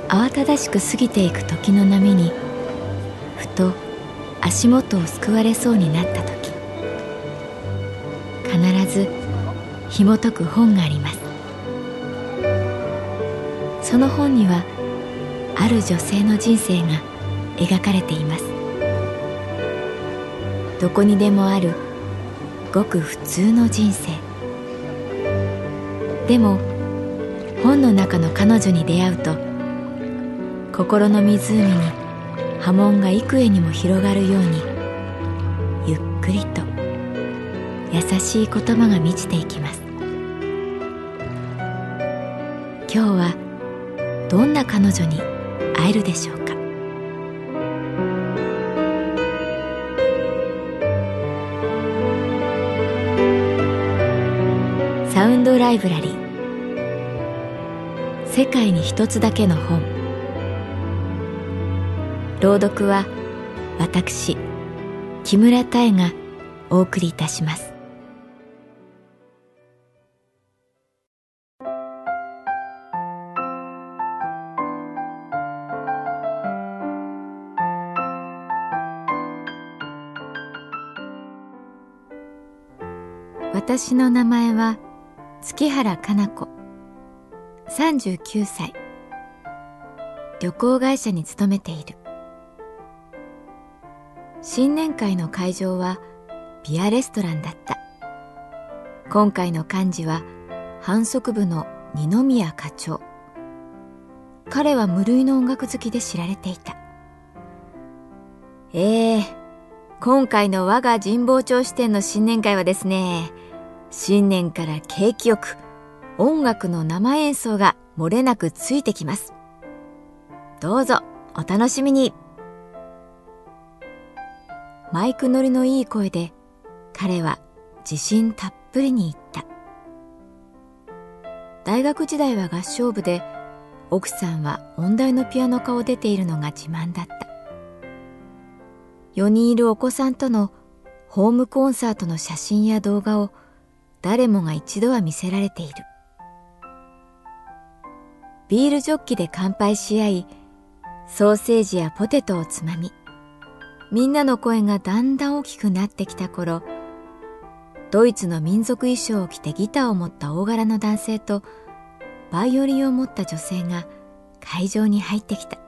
慌ただしく過ぎていく時の波にふと足元をすくわれそうになった時、必ず紐解く本があります。その本にはある女性の人生が描かれています。どこにでもあるごく普通の人生。でも本の中の彼女に出会うと、心の湖に波紋が幾重にも広がるように、ゆっくりと優しい言葉が満ちていきます。今日はどんな彼女に会えるでしょうか。サウンドライブラリー、世界に一つだけの本。朗読は私木村多江がお送りいたします。私の名前は月原かな子、39歳、旅行会社に勤めている。新年会の会場はビアレストランだった。今回の幹事は販促部の二宮課長。彼は無類の音楽好きで知られていた。今回の我が神保町支店の新年会はですね、新年から景気よく音楽の生演奏が漏れなくついてきます。どうぞお楽しみに。マイク乗りのいい声で彼は自信たっぷりに言った。大学時代は合唱部で、奥さんは音大のピアノ科を出ているのが自慢だった。4人いるお子さんとのホームコンサートの写真や動画を誰もが一度は見せられている。ビールジョッキで乾杯し合い、ソーセージやポテトをつまみ、みんなの声がだんだん大きくなってきた頃、ドイツの民族衣装を着てギターを持った大柄の男性とバイオリンを持った女性が会場に入ってきた。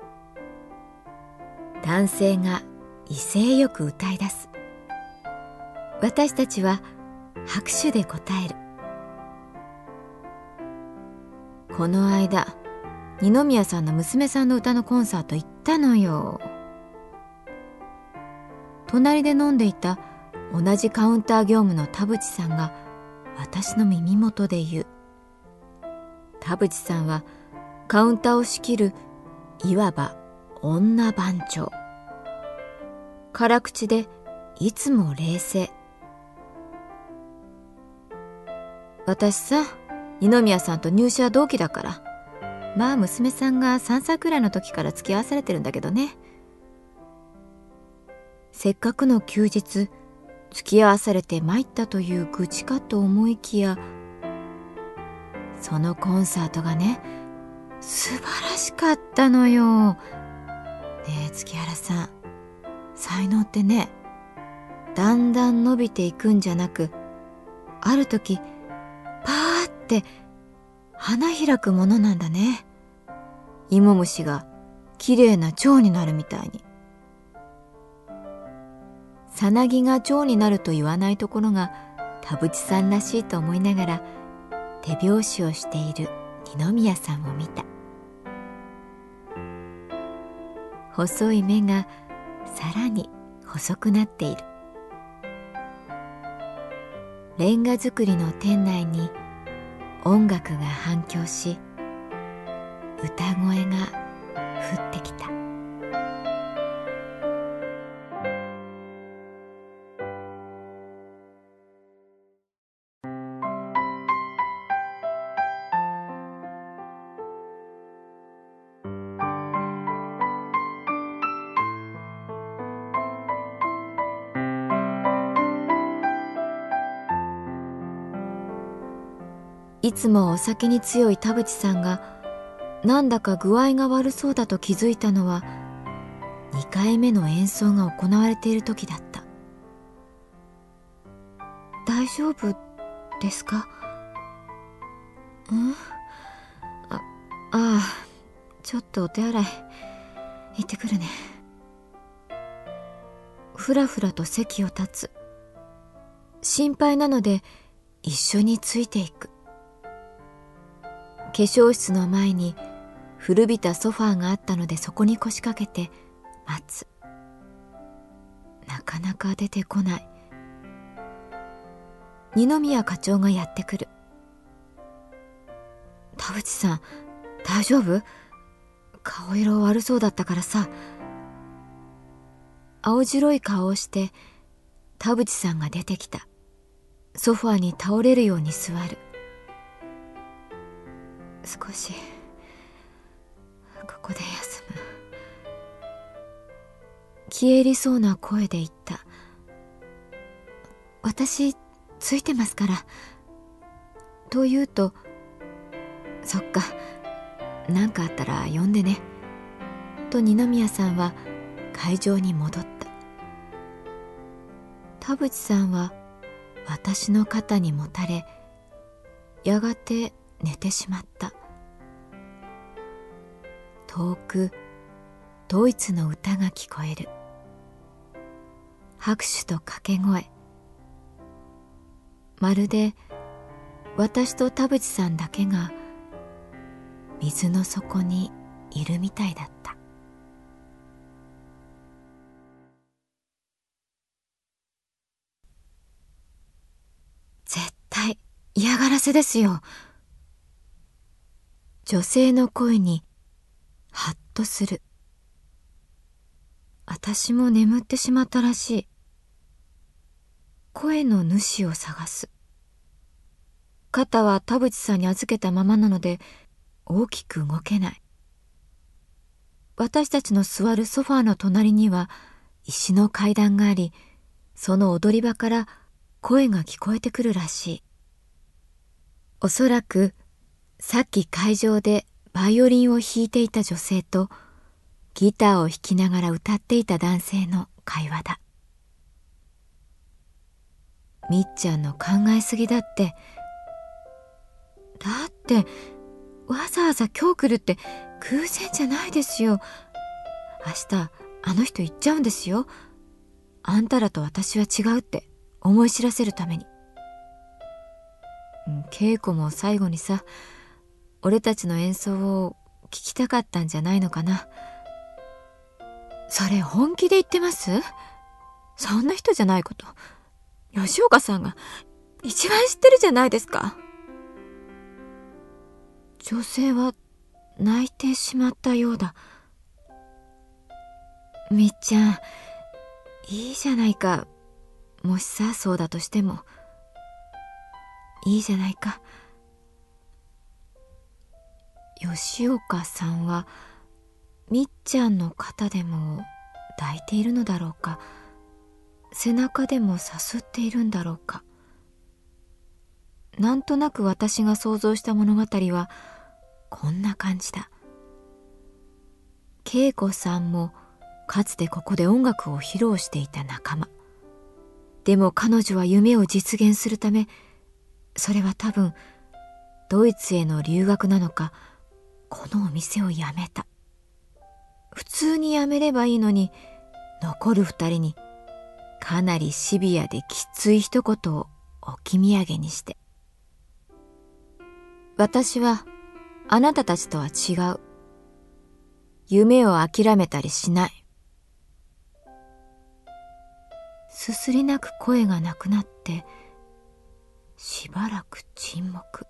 男性が威勢よく歌い出す。私たちは拍手で応える。この間、二宮さんの娘さんの歌のコンサート行ったのよ。隣で飲んでいた同じカウンター業務の田淵さんが私の耳元で言う。田淵さんはカウンターを仕切るいわば女番長。辛口でいつも冷静。私さ、二宮さんと入社は同期だから、まあ娘さんが3歳くらいの時から付き合わされてるんだけどね。せっかくの休日、付き合わされて参ったという愚痴かと思いきや、そのコンサートがね、素晴らしかったのよ。ねえ月原さん、才能ってね、だんだん伸びていくんじゃなく、ある時パーって花開くものなんだね。芋虫がきれいな蝶になるみたいに。さなぎが蝶になると言わないところが田淵さんらしいと思いながら手拍子をしている二宮さんを見た。細い目がさらに細くなっている。レンガ造りの店内に音楽が反響し、歌声が降ってきた。いつもお酒に強い田淵さんがなんだか具合が悪そうだと気づいたのは2回目の演奏が行われている時だった。大丈夫ですか？ああ、ちょっとお手洗い行ってくるね。ふらふらと席を立つ。心配なので一緒についていく。化粧室の前に古びたソファーがあったのでそこに腰掛けて待つ。なかなか出てこない。二宮課長がやってくる。田淵さん、大丈夫？顔色悪そうだったからさ。青白い顔をして田淵さんが出てきた。ソファーに倒れるように座る。少しここで休む。消え入りそうな声で言った。私ついてますから。と言うと、そっか、何かあったら呼んでね。と二宮さんは会場に戻った。田淵さんは私の肩にもたれ、やがて寝てしまった。遠くドイツの歌が聞こえる。拍手と掛け声。まるで私と田淵さんだけが水の底にいるみたいだった。絶対嫌がらせですよ。女性の声にハッとする。私も眠ってしまったらしい。声の主を探す。肩は田淵さんに預けたままなので大きく動けない。私たちの座るソファーの隣には石の階段があり、その踊り場から声が聞こえてくるらしい。おそらくさっき会場でバイオリンを弾いていた女性とギターを弾きながら歌っていた男性の会話だ。みっちゃんの考えすぎだって。だってわざわざ今日来るって偶然じゃないですよ。明日あの人行っちゃうんですよ。あんたらと私は違うって思い知らせるために。稽古も最後にさ、俺たちの演奏を聞きたかったんじゃないのかな。それ本気で言ってます？そんな人じゃないこと、吉岡さんが一番知ってるじゃないですか。女性は泣いてしまったようだ。みっちゃん、いいじゃないか。もしさ、そうだとしても。いいじゃないか。吉岡さんは、みっちゃんの肩でも抱いているのだろうか。背中でもさすっているんだろうか。なんとなく私が想像した物語は、こんな感じだ。恵子さんも、かつてここで音楽を披露していた仲間。でも彼女は夢を実現するため、それは多分ドイツへの留学なのか、このお店を辞めた。普通に辞めればいいのに、残る二人にかなりシビアできつい一言を置き土産にして。私はあなたたちとは違う。夢を諦めたりしない。すすり泣く声がなくなって、しばらく沈黙。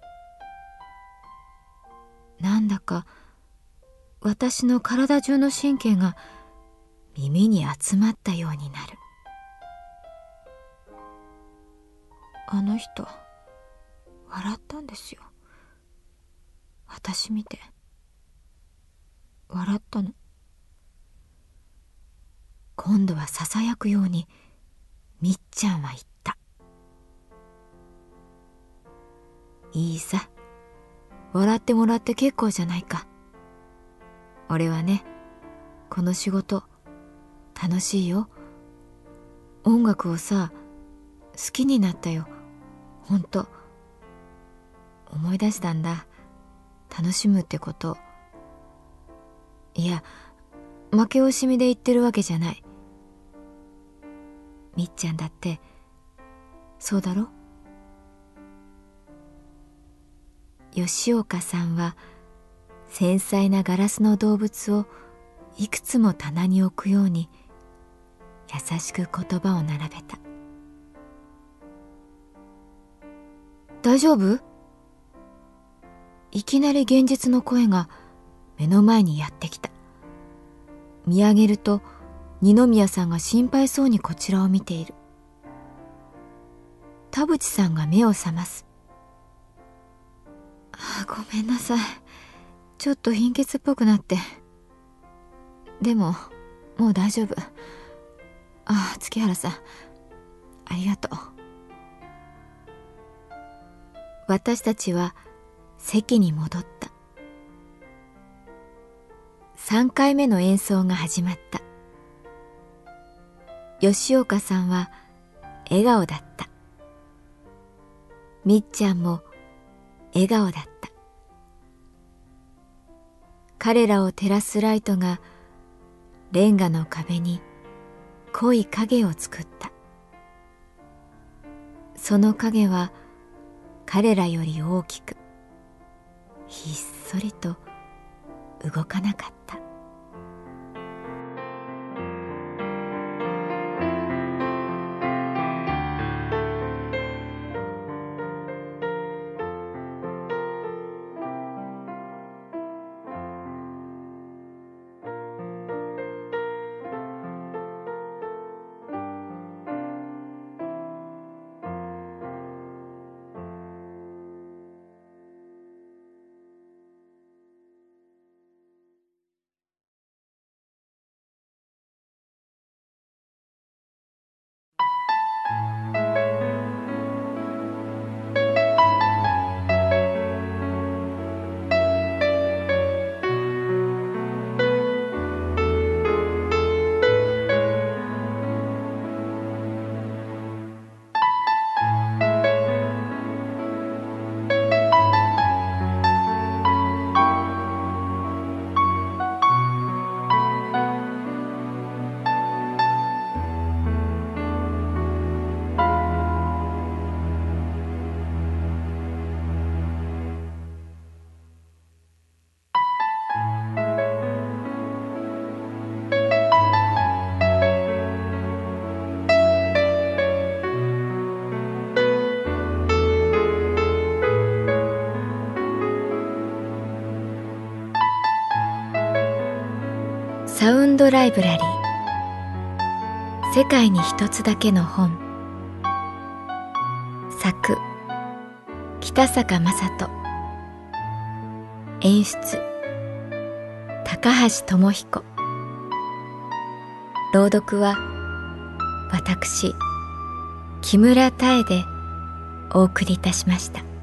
なんだか私の体中の神経が耳に集まったようになる。あの人、笑ったんですよ。私見て。笑ったの。今度は囁くように、みっちゃんは言った。いいさ。笑ってもらって結構じゃないか。 俺はね、この仕事楽しいよ。音楽をさ、好きになったよ。ほんと。思い出したんだ。楽しむってこと。いや、負け惜しみで言ってるわけじゃない。みっちゃんだってそうだろ。吉岡さんは繊細なガラスの動物をいくつも棚に置くように優しく言葉を並べた。大丈夫？いきなり現実の声が目の前にやってきた。見上げると二宮さんが心配そうにこちらを見ている。田淵さんが目を覚ます。ごめんなさい。ちょっと貧血っぽくなって。でももう大丈夫。月原さん、ありがとう。私たちは席に戻った。3回目の演奏が始まった。吉岡さんは笑顔だった。みっちゃんも笑顔だった。彼らを照らすライトがレンガの壁に濃い影を作った。その影は彼らより大きく、ひっそりと動かなかった。サウンドライブラリー、世界に一つだけの本。作、北坂雅人。演出、高橋智彦。朗読は私木村多江でお送りいたしました。